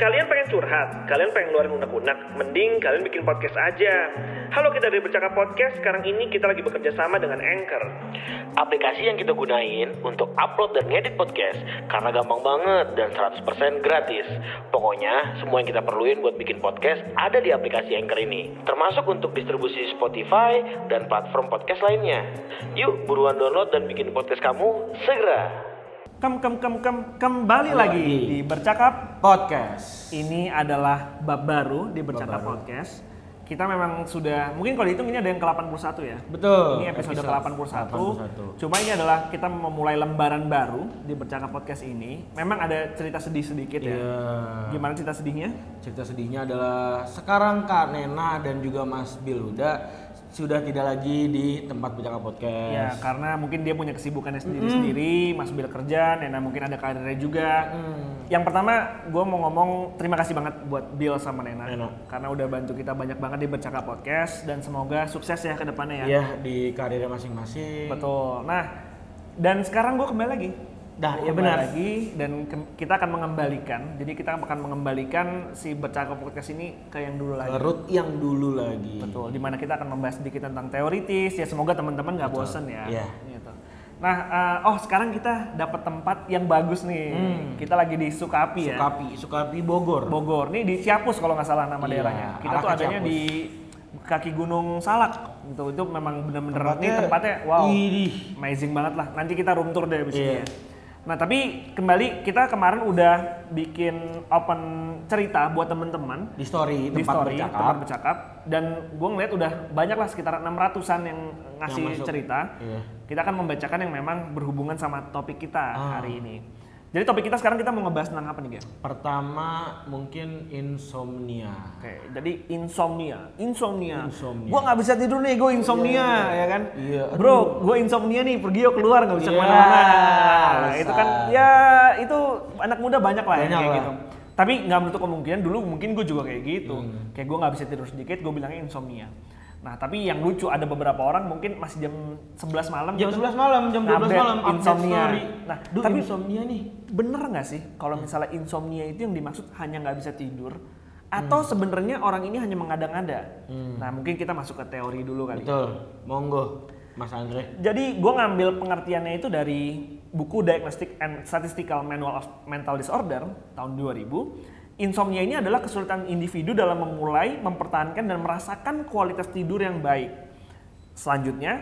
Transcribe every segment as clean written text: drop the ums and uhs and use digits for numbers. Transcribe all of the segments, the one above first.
Kalian pengen curhat, kalian pengen ngeluarin unek-unek, mending kalian bikin podcast aja. Halo, kita dari Bercakap Podcast, sekarang ini kita lagi bekerja sama dengan Anchor. Aplikasi yang kita gunain untuk upload dan ngedit podcast, karena gampang banget dan 100% gratis. Pokoknya, semua yang kita perluin buat bikin podcast ada di aplikasi Anchor ini. Termasuk untuk distribusi Spotify dan platform podcast lainnya. Yuk, buruan download dan bikin podcast kamu segera. Kembali lagi di Bercakap Podcast. Ini adalah bab baru di Bercakap Podcast. Kita memang sudah, mungkin kalau dihitung ini ada yang ke-81 ya. Betul. Ini episode ke-81. Cuma ini adalah kita memulai lembaran baru di Bercakap Podcast ini. Memang ada cerita sedih sedikit ya. Gimana cerita sedihnya? Cerita sedihnya adalah sekarang Kak Nena dan juga Mas Bil sudah tidak lagi di tempat Bercakap Podcast. Ya, karena mungkin dia punya kesibukannya sendiri-sendiri, Mas Bil kerja, Nena mungkin ada karirnya juga. Yang pertama, gue mau ngomong terima kasih banget buat Bil sama Nena. Karena udah bantu kita banyak banget di Bercakap Podcast dan semoga sukses ya ke depannya ya. Iya, di karirnya masing-masing. Betul. Nah, dan sekarang gue kembali lagi. Ya benar lagi dan kita akan mengembalikan. Jadi kita akan mengembalikan si Bercakap Podcast ini ke yang dulu lagi. Root yang dulu lagi. Betul. Dimana kita akan membahas sedikit tentang teoritis. Ya semoga teman-teman nggak bosen ya. Iya. Gitu. Nah, sekarang kita dapat tempat yang bagus nih. Kita lagi di Sukapi ya. Sukapi Bogor. Bogor. Nih di Ciapus kalau nggak salah nama daerahnya. Kita tuh adanya Ciapus. di kaki Gunung Salak. Itu memang bener-bener tempatnya wow. Amazing banget lah. Nanti kita room tour deh abis ini ya. Nah tapi kembali kita kemarin udah bikin open cerita buat teman-teman Di story tempat bercakap. Dan gue ngeliat udah banyak lah sekitar 600-an yang ngasih cerita. Kita akan membacakan yang memang berhubungan sama topik kita hari ini. Jadi topik kita sekarang kita mau ngebahas tentang apa nih, Gem? Pertama mungkin insomnia. Oke, jadi insomnia. Gue nggak bisa tidur nih, gue insomnia, ya kan? Iya. Bro, gue insomnia nih, pergi yuk keluar nggak bisa kemana-mana. Nah, itu kan, ya itu anak muda banyak lah yang kayak gitu. Tapi nggak menutup kemungkinan dulu mungkin gue juga kayak gitu. Kayak gue nggak bisa tidur sedikit, gue bilangnya insomnia. Nah tapi yang lucu ada beberapa orang mungkin masih jam 11 malam Jam 11 malam, jam 12 malam insomnia. Nah, tapi insomnia nih. Bener nggak sih kalau misalnya insomnia itu yang dimaksud hanya nggak bisa tidur atau sebenarnya orang ini hanya mengada-ngada? Nah mungkin kita masuk ke teori dulu kali. Betul, monggo Mas Andre. Jadi gue ngambil pengertiannya itu dari buku Diagnostic and Statistical Manual of Mental Disorder tahun 2000. Insomnia ini adalah kesulitan individu dalam memulai, mempertahankan, dan merasakan kualitas tidur yang baik. Selanjutnya,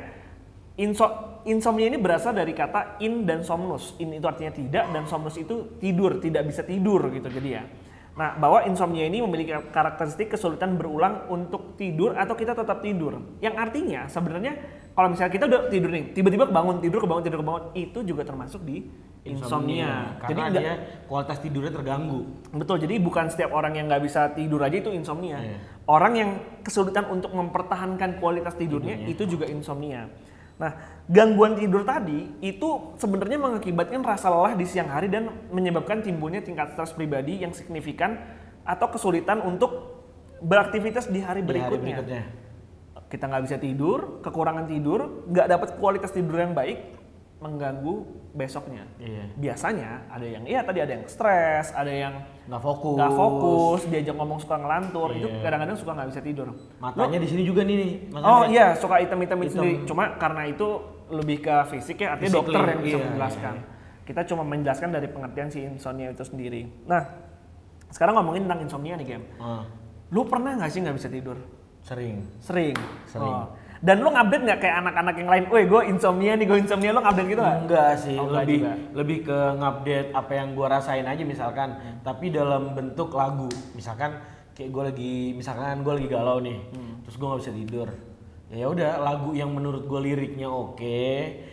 insomnia ini berasal dari kata in dan somnus. In itu artinya tidak, dan somnus itu tidur, tidak bisa tidur gitu jadi ya. Nah, bahwa insomnia ini memiliki karakteristik kesulitan berulang untuk tidur atau kita tetap tidur. Yang artinya sebenarnya kalau misalnya kita udah tidur nih, tiba-tiba bangun, tidur kebangun, itu juga termasuk di insomnia. Karena jadi dia kualitas tidurnya terganggu. Betul, jadi bukan setiap orang yang nggak bisa tidur aja itu insomnia. Orang yang kesulitan untuk mempertahankan kualitas tidurnya itu juga insomnia. Nah, gangguan tidur tadi itu sebenarnya mengakibatkan rasa lelah di siang hari dan menyebabkan timbulnya tingkat stres pribadi yang signifikan atau kesulitan untuk beraktivitas di hari berikutnya. Kita nggak bisa tidur, kekurangan tidur, nggak dapat kualitas tidur yang baik, mengganggu besoknya. Biasanya ada yang tadi ada yang stres, ada yang nggak fokus, diajak ngomong suka ngelantur, itu kadang-kadang suka nggak bisa tidur. Matanya di sini juga nih. Iya, suka hitam-hitam itu sendiri. Cuma karena itu lebih ke fisik ya, artinya dokter yang bisa menjelaskan. Kita cuma menjelaskan dari pengertian si insomnia itu sendiri. Nah, sekarang ngomongin tentang insomnia nih, Gem. Lu pernah nggak sih nggak bisa tidur? Sering. Dan lu ngupdate nggak kayak anak-anak yang lain? Woi, gue insomnia, lu ngupdate gitu nggak? Enggak sih, lebih ke ngupdate apa yang gue rasain aja misalkan. Tapi dalam bentuk lagu, misalkan kayak gue lagi galau nih, terus gue nggak bisa tidur. Ya udah, lagu yang menurut gue liriknya oke,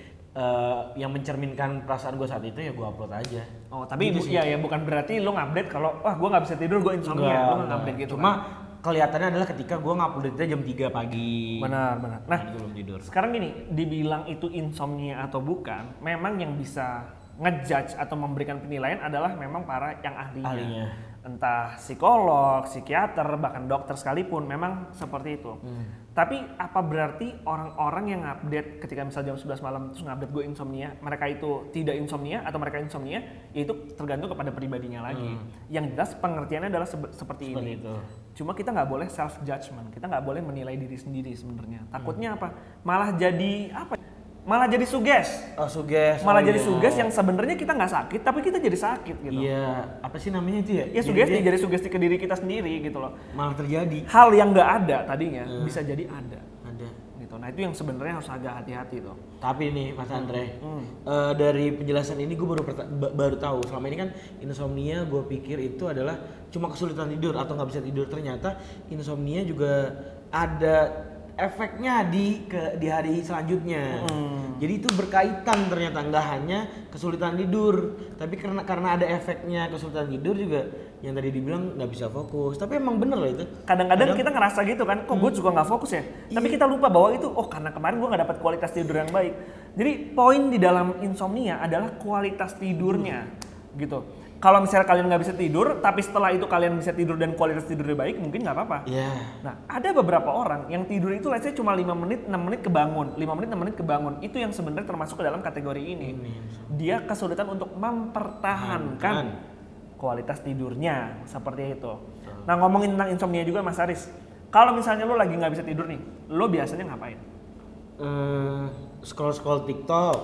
yang mencerminkan perasaan gue saat itu ya gue upload aja. Tapi gitu bukan berarti lu ngupdate kalau gue nggak bisa tidur, gue insomnia. Lu nggak ngupdate gitu. Cuma kelihatannya adalah ketika gue ngupload jam 3 pagi. Benar. Nah, belum tidur. Sekarang gini, dibilang itu insomnia atau bukan, memang yang bisa ngejudge atau memberikan penilaian adalah memang para yang ahlinya. entah psikolog, psikiater, bahkan dokter sekalipun memang seperti itu. Tapi apa berarti orang-orang yang update ketika misal jam 11 malam terus ngupdate gue insomnia, mereka itu tidak insomnia atau mereka insomnia, ya itu tergantung kepada pribadinya lagi. Yang jelas pengertiannya adalah seperti ini. Itu. Cuma kita nggak boleh self judgment, kita nggak boleh menilai diri sendiri sebenarnya. Takutnya apa? Malah jadi apa? Malah jadi suges. Oh, suges. Malah jadi suges yang sebenarnya kita nggak sakit, tapi kita jadi sakit gitu. Iya, apa sih namanya itu ya? Ya sugesti, jadi sugesti ke diri kita sendiri gitu loh. Malah terjadi. Hal yang nggak ada tadinya bisa jadi ada. Ada. Gitu. Nah itu yang sebenarnya harus agak hati-hati tuh. Tapi nih Mas Andre, dari penjelasan ini gue baru tahu. Selama ini kan insomnia gue pikir itu adalah cuma kesulitan tidur atau nggak bisa tidur. Ternyata insomnia juga ada efeknya di hari selanjutnya. Jadi itu berkaitan ternyata, nggak hanya kesulitan tidur, tapi karena ada efeknya kesulitan tidur juga yang tadi dibilang nggak bisa fokus. Tapi emang bener loh itu. Kadang-kadang kita ngerasa gitu kan, kok gue juga nggak fokus ya. Tapi kita lupa bahwa itu, karena kemarin gue nggak dapat kualitas tidur yang baik. Jadi poin di dalam insomnia adalah kualitas tidurnya, gitu. Kalau misalnya kalian nggak bisa tidur, tapi setelah itu kalian bisa tidur dan kualitas tidurnya baik, mungkin nggak apa-apa. Nah, ada beberapa orang yang tidur itu let's say cuma 5 menit, 6 menit kebangun. 5 menit, 6 menit kebangun. Itu yang sebenarnya termasuk ke dalam kategori ini. Dia kesulitan untuk mempertahankan kualitas tidurnya, seperti itu. Nah, ngomongin tentang insomnia juga Mas Aris. Kalau misalnya lo lagi nggak bisa tidur nih, lo biasanya ngapain? Scroll TikTok.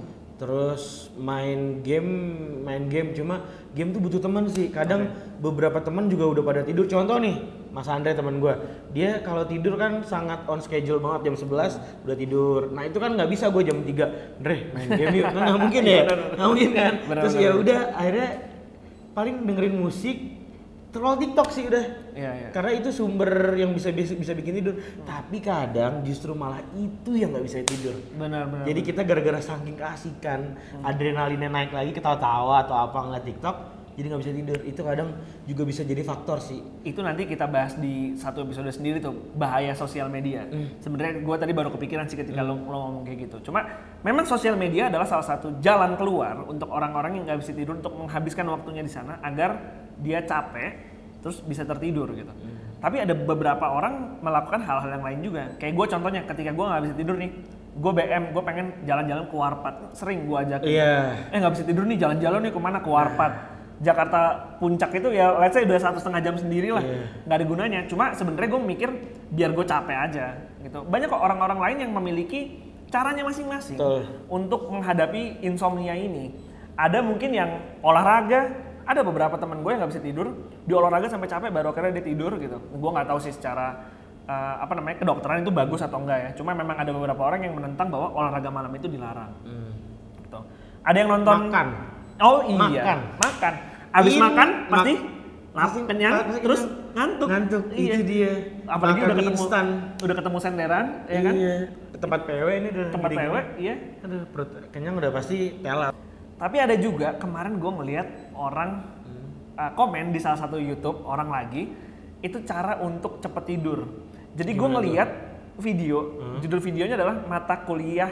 Terus main game, cuma game tuh butuh teman sih. Kadang beberapa teman juga udah pada tidur. Contoh nih, Mas Andre teman gue, dia kalau tidur kan sangat on schedule banget, jam 11 udah tidur. Nah itu kan nggak bisa gue jam 3, Andre main game yuk, kan nggak mungkin ya, nggak mungkin kan. Terus ya udah akhirnya paling dengerin musik, scroll TikTok sih udah. Iya. Karena itu sumber yang bisa bikin tidur. Tapi kadang justru malah itu yang nggak bisa tidur. Benar. Jadi kita gara-gara saking keasikan, adrenalinnya naik lagi, ketawa-tawa atau apa ngeliat TikTok, jadi nggak bisa tidur. Itu kadang juga bisa jadi faktor sih. Itu nanti kita bahas di satu episode sendiri tuh, bahaya sosial media. Sebenarnya gue tadi baru kepikiran sih ketika lo ngomong kayak gitu. Cuma memang sosial media adalah salah satu jalan keluar untuk orang-orang yang nggak bisa tidur untuk menghabiskan waktunya di sana agar dia capek terus bisa tertidur gitu. Tapi ada beberapa orang melakukan hal-hal yang lain juga. Kayak gue contohnya ketika gue nggak bisa tidur nih, gue gue pengen jalan-jalan ke Warpat, sering gue ajakin. Nggak bisa tidur nih, jalan-jalan nih kemana, ke Warpat. Jakarta Puncak itu ya let's say udah 1,5 jam sendiri lah, nggak ada gunanya. Cuma sebenarnya gue mikir biar gue capek aja gitu. Banyak kok orang-orang lain yang memiliki caranya masing-masing untuk menghadapi insomnia ini. Ada mungkin yang olahraga. Ada beberapa teman gue yang nggak bisa tidur, di olahraga sampai capek baru akhirnya dia tidur gitu. Gue nggak tahu sih secara kedokteran itu bagus atau enggak ya. Cuma memang ada beberapa orang yang menentang bahwa olahraga malam itu dilarang. Gitu. Ada yang nonton Makan. Oh iya, makan. Abis makan pasti kenyang, terus ngantuk. Iya. Itu dia. Apalagi makan udah ketemu senderan, ya kan? Iya. Tempat PW ini udah. Tempat PW, iya. Aduh, perut kenyang udah pasti telat. Tapi ada juga kemarin gue ngeliat orang komen di salah satu YouTube orang lagi itu cara untuk cepet tidur. Jadi gue ngeliat video, judul videonya adalah mata kuliah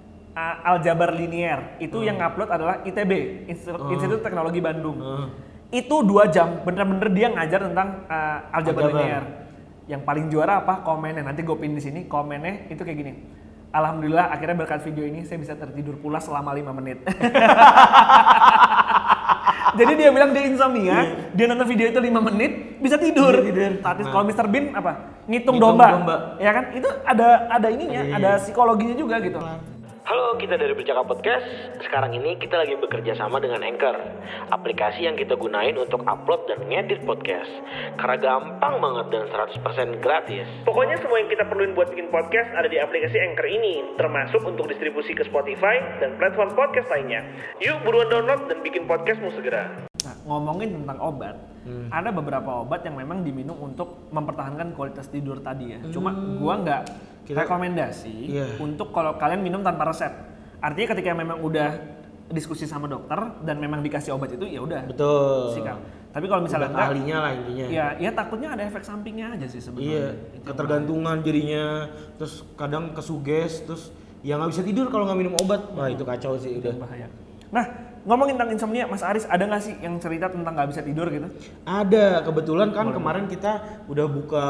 aljabar linier. Itu yang ngupload adalah ITB, Institut Teknologi Bandung. Itu 2 jam, bener-bener dia ngajar tentang aljabar linear. Yang paling juara apa? Komennya, nanti gue pin di sini. Komennya itu kayak gini. Alhamdulillah akhirnya berkat video ini saya bisa tertidur pulas selama 5 menit. Jadi dia bilang dia insomnia, dia nonton video itu 5 menit bisa tidur. Kalau Mr. Bean apa? Ngitung domba. Ya kan? Itu ada ininya, ada psikologinya juga gitu. Halo, kita dari Bercakap Podcast. Sekarang ini kita lagi bekerja sama dengan Anchor, aplikasi yang kita gunain untuk upload dan ngedit podcast. Karena gampang banget dan 100% gratis. Pokoknya semua yang kita perluin buat bikin podcast ada di aplikasi Anchor ini, termasuk untuk distribusi ke Spotify dan platform podcast lainnya. Yuk buruan download dan bikin podcastmu segera. Nah, ngomongin tentang obat, ada beberapa obat yang memang diminum untuk mempertahankan kualitas tidur tadi ya. Cuma gua nggak rekomendasi untuk kalau kalian minum tanpa resep. Artinya ketika memang udah diskusi sama dokter dan memang dikasih obat itu ya udah. Betul. Sikap. Tapi kalau misalnya enggak, ahlinya lah intinya. Ya takutnya ada efek sampingnya aja sih sebenarnya. Iya, ketergantungan jadinya, terus kadang kesuges, terus ya nggak bisa tidur kalau nggak minum obat. Wah itu kacau sih udah. Bahaya. Nah, ngomongin tentang insomnia, Mas Aris ada nggak sih yang cerita tentang nggak bisa tidur gitu? Ada, kebetulan kan kemarin kita udah buka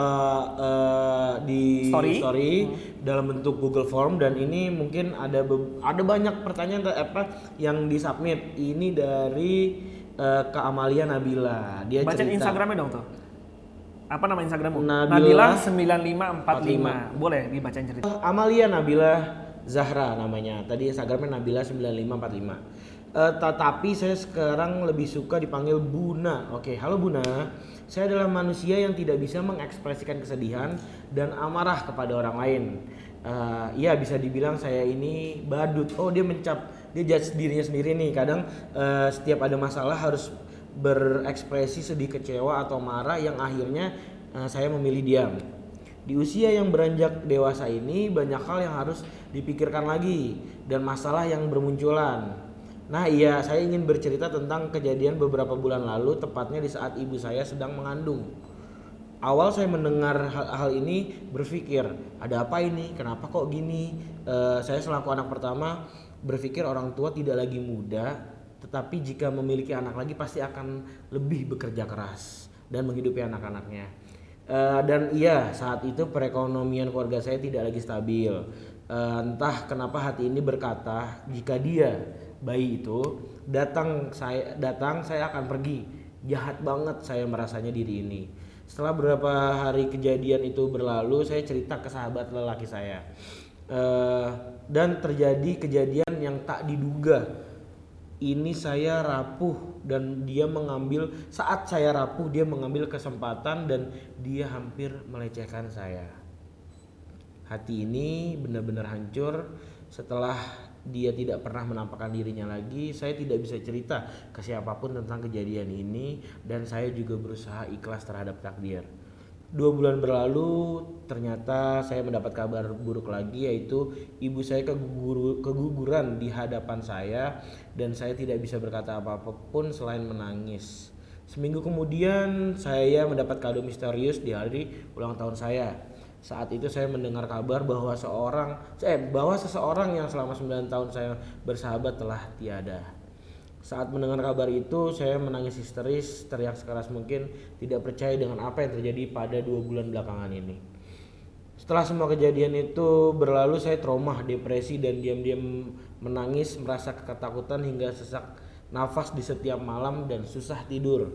di story dalam bentuk Google Form, dan ini mungkin ada banyak pertanyaan yang disubmit. Ini dari Kak Amalia Nabila. Dia bacain cerita. Instagramnya dong tuh. Apa nama Instagrammu? Nabila 9545. Boleh dibacain cerita. Amalia Nabila Zahra namanya. Tadi Instagramnya Nabila 9545. Tetapi saya sekarang lebih suka dipanggil Buna. Oke, halo Buna. Saya adalah manusia yang tidak bisa mengekspresikan kesedihan dan amarah kepada orang lain. Ya bisa dibilang saya ini badut. Oh, dia judge dirinya sendiri nih. Kadang setiap ada masalah harus berekspresi sedih, kecewa atau marah, yang akhirnya saya memilih diam. Di usia yang beranjak dewasa ini banyak hal yang harus dipikirkan lagi dan masalah yang bermunculan. Nah iya, saya ingin bercerita tentang kejadian beberapa bulan lalu, tepatnya di saat ibu saya sedang mengandung. Awal saya mendengar hal ini berpikir, ada apa ini? Kenapa kok gini? Saya selaku anak pertama berpikir orang tua tidak lagi muda, tetapi jika memiliki anak lagi pasti akan lebih bekerja keras dan menghidupi anak-anaknya. Dan iya, saat itu perekonomian keluarga saya tidak lagi stabil. Entah kenapa hati ini berkata, jika dia bayi itu datang saya akan pergi. Jahat banget saya merasanya diri ini. Setelah beberapa hari kejadian itu berlalu, saya cerita ke sahabat lelaki saya, dan terjadi kejadian yang tak diduga. Ini saya rapuh dan saat saya rapuh dia mengambil kesempatan dan dia hampir melecehkan saya. Hati ini benar-benar hancur. Setelah dia tidak pernah menampakkan dirinya lagi, saya tidak bisa cerita ke siapapun tentang kejadian ini, dan saya juga berusaha ikhlas terhadap takdir. 2 bulan berlalu, ternyata saya mendapat kabar buruk lagi, yaitu ibu saya keguguran di hadapan saya, dan saya tidak bisa berkata apa-apapun selain menangis. Seminggu kemudian saya mendapat kado misterius di hari ulang tahun saya. Saat itu saya mendengar kabar bahwa seseorang yang selama 9 tahun saya bersahabat telah tiada. Saat mendengar kabar itu saya menangis histeris, teriak sekeras mungkin, tidak percaya dengan apa yang terjadi pada 2 bulan belakangan ini. Setelah semua kejadian itu berlalu, saya trauma, depresi, dan diam-diam menangis, merasa ketakutan hingga sesak nafas di setiap malam dan susah tidur.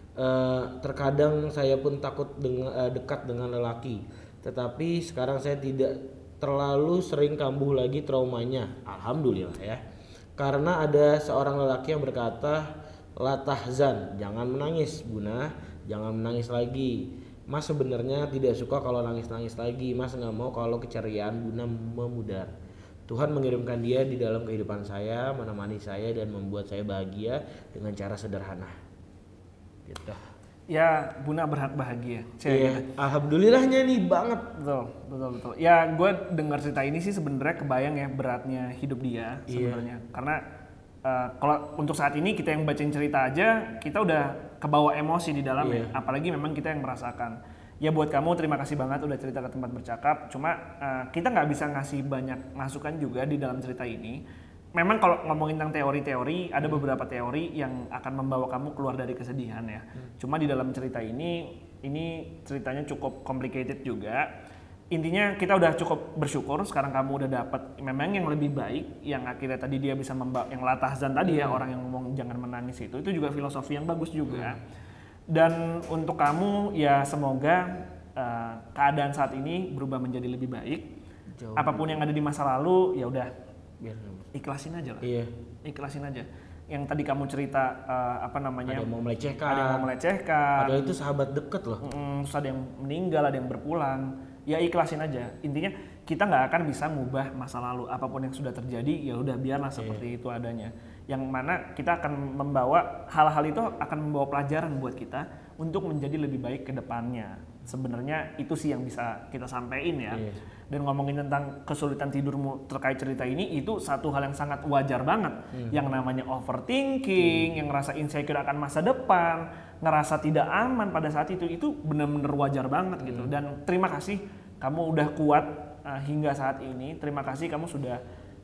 Terkadang saya pun takut dekat dengan lelaki. Tetapi sekarang saya tidak terlalu sering kambuh lagi traumanya, alhamdulillah ya. Karena ada seorang lelaki yang berkata, "La tahzan, jangan menangis Buna, jangan menangis lagi. Mas sebenarnya tidak suka kalau nangis-nangis lagi. Mas nggak mau kalau keceriaan Buna memudar. Tuhan mengirimkan dia di dalam kehidupan saya, menemani saya dan membuat saya bahagia dengan cara sederhana." Gitu. Ya, Buna berhak bahagia. Iya, alhamdulillahnya nih banget. Betul. Ya, gue dengar cerita ini sih sebenarnya kebayang ya beratnya hidup dia sebenarnya. Karena kalau untuk saat ini kita yang bacain cerita aja, kita udah kebawa emosi di dalamnya. Apalagi memang kita yang merasakan. Ya buat kamu terima kasih banget udah cerita ke tempat bercakap. Cuma kita nggak bisa ngasih banyak masukan juga di dalam cerita ini. Memang kalau ngomongin tentang teori-teori, ada beberapa teori yang akan membawa kamu keluar dari kesedihan ya. Cuma di dalam cerita ini ceritanya cukup complicated juga. Intinya kita udah cukup bersyukur sekarang kamu udah dapat memang yang lebih baik, yang akhirnya tadi dia bisa yang La tahzan tadi ya, orang yang ngomong jangan menangis itu juga filosofi yang bagus juga. Dan untuk kamu ya semoga keadaan saat ini berubah menjadi lebih baik. Apapun yang ada di masa lalu ya udah ikhlasin aja lah. Iya. Ikhlasin aja. Yang tadi kamu cerita ada yang mau melecehkan. Ada yang mau melecehkan. Padahal itu sahabat deket loh. Terus ada yang meninggal, ada yang berpulang. Ya ikhlasin aja. Intinya kita nggak akan bisa ngubah masa lalu. Apapun yang sudah terjadi ya udah biarlah seperti itu adanya. Yang mana kita akan membawa hal-hal itu akan membawa pelajaran buat kita untuk menjadi lebih baik ke depannya. Sebenarnya itu sih yang bisa kita sampaikan ya. Dan ngomongin tentang kesulitan tidurmu terkait cerita ini, itu satu hal yang sangat wajar banget. Yang namanya overthinking, yang ngerasa insecure akan masa depan, ngerasa tidak aman pada saat itu benar-benar wajar banget gitu. Dan terima kasih kamu udah kuat hingga saat ini. Terima kasih kamu sudah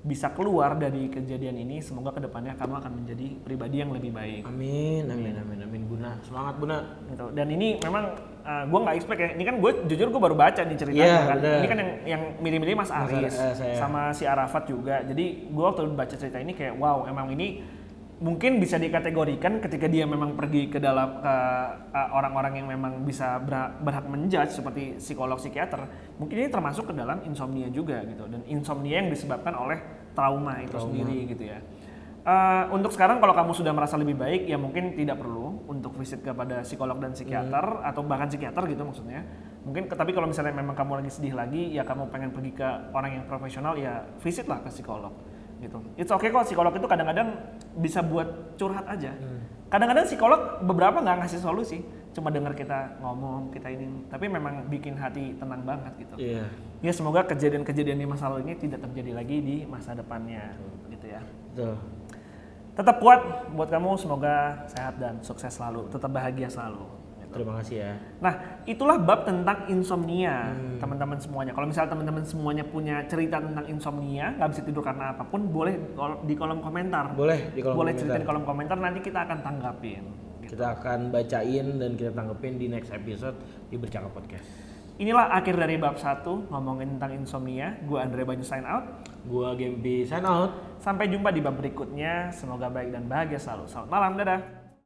bisa keluar dari kejadian ini. Semoga kedepannya kamu akan menjadi pribadi yang lebih baik. Amin Buna, semangat Buna. Gitu. Dan ini memang gue nggak expect ya. Ini kan gue jujur gue baru baca nih ceritanya kan. Ini kan yang mirip-mirip Mas Aris sama si Arafat juga. Jadi gue waktu baca cerita ini kayak wow, emang ini mungkin bisa dikategorikan ketika dia memang pergi ke dalam orang-orang yang memang bisa berhak menjudge seperti psikolog psikiater, mungkin ini termasuk ke dalam insomnia juga gitu, dan insomnia yang disebabkan oleh trauma itu sendiri gitu ya. Untuk sekarang kalau kamu sudah merasa lebih baik ya mungkin tidak perlu untuk visit kepada psikolog dan psikiater atau bahkan psikiater gitu maksudnya. Mungkin tapi kalau misalnya memang kamu lagi sedih lagi ya kamu pengen pergi ke orang yang profesional ya visitlah ke psikolog gitu. It's okay kok, psikolog itu kadang-kadang bisa buat curhat aja. Kadang-kadang psikolog beberapa nggak ngasih solusi, cuma dengar kita ngomong, kita ini, tapi memang bikin hati tenang banget gitu. Ya semoga kejadian-kejadian di masa lalu ini tidak terjadi lagi di masa depannya gitu ya. Tetap kuat buat kamu, semoga sehat dan sukses selalu, tetap bahagia selalu. Terima kasih ya. Nah, itulah bab tentang insomnia, teman-teman semuanya. Kalau misalnya teman-teman semuanya punya cerita tentang insomnia, nggak bisa tidur karena apapun, boleh di kolom komentar. Boleh di kolom komentar. Cerita di kolom komentar, nanti kita akan tanggapin. Gitu. Kita akan bacain dan kita tanggepin di next episode di Bercakap Podcast. Inilah akhir dari bab 1, ngomongin tentang insomnia. Gua Andre Banyu sign out. Gua Gempi sign out. Sampai jumpa di bab berikutnya. Semoga baik dan bahagia selalu. Selamat malam, dadah.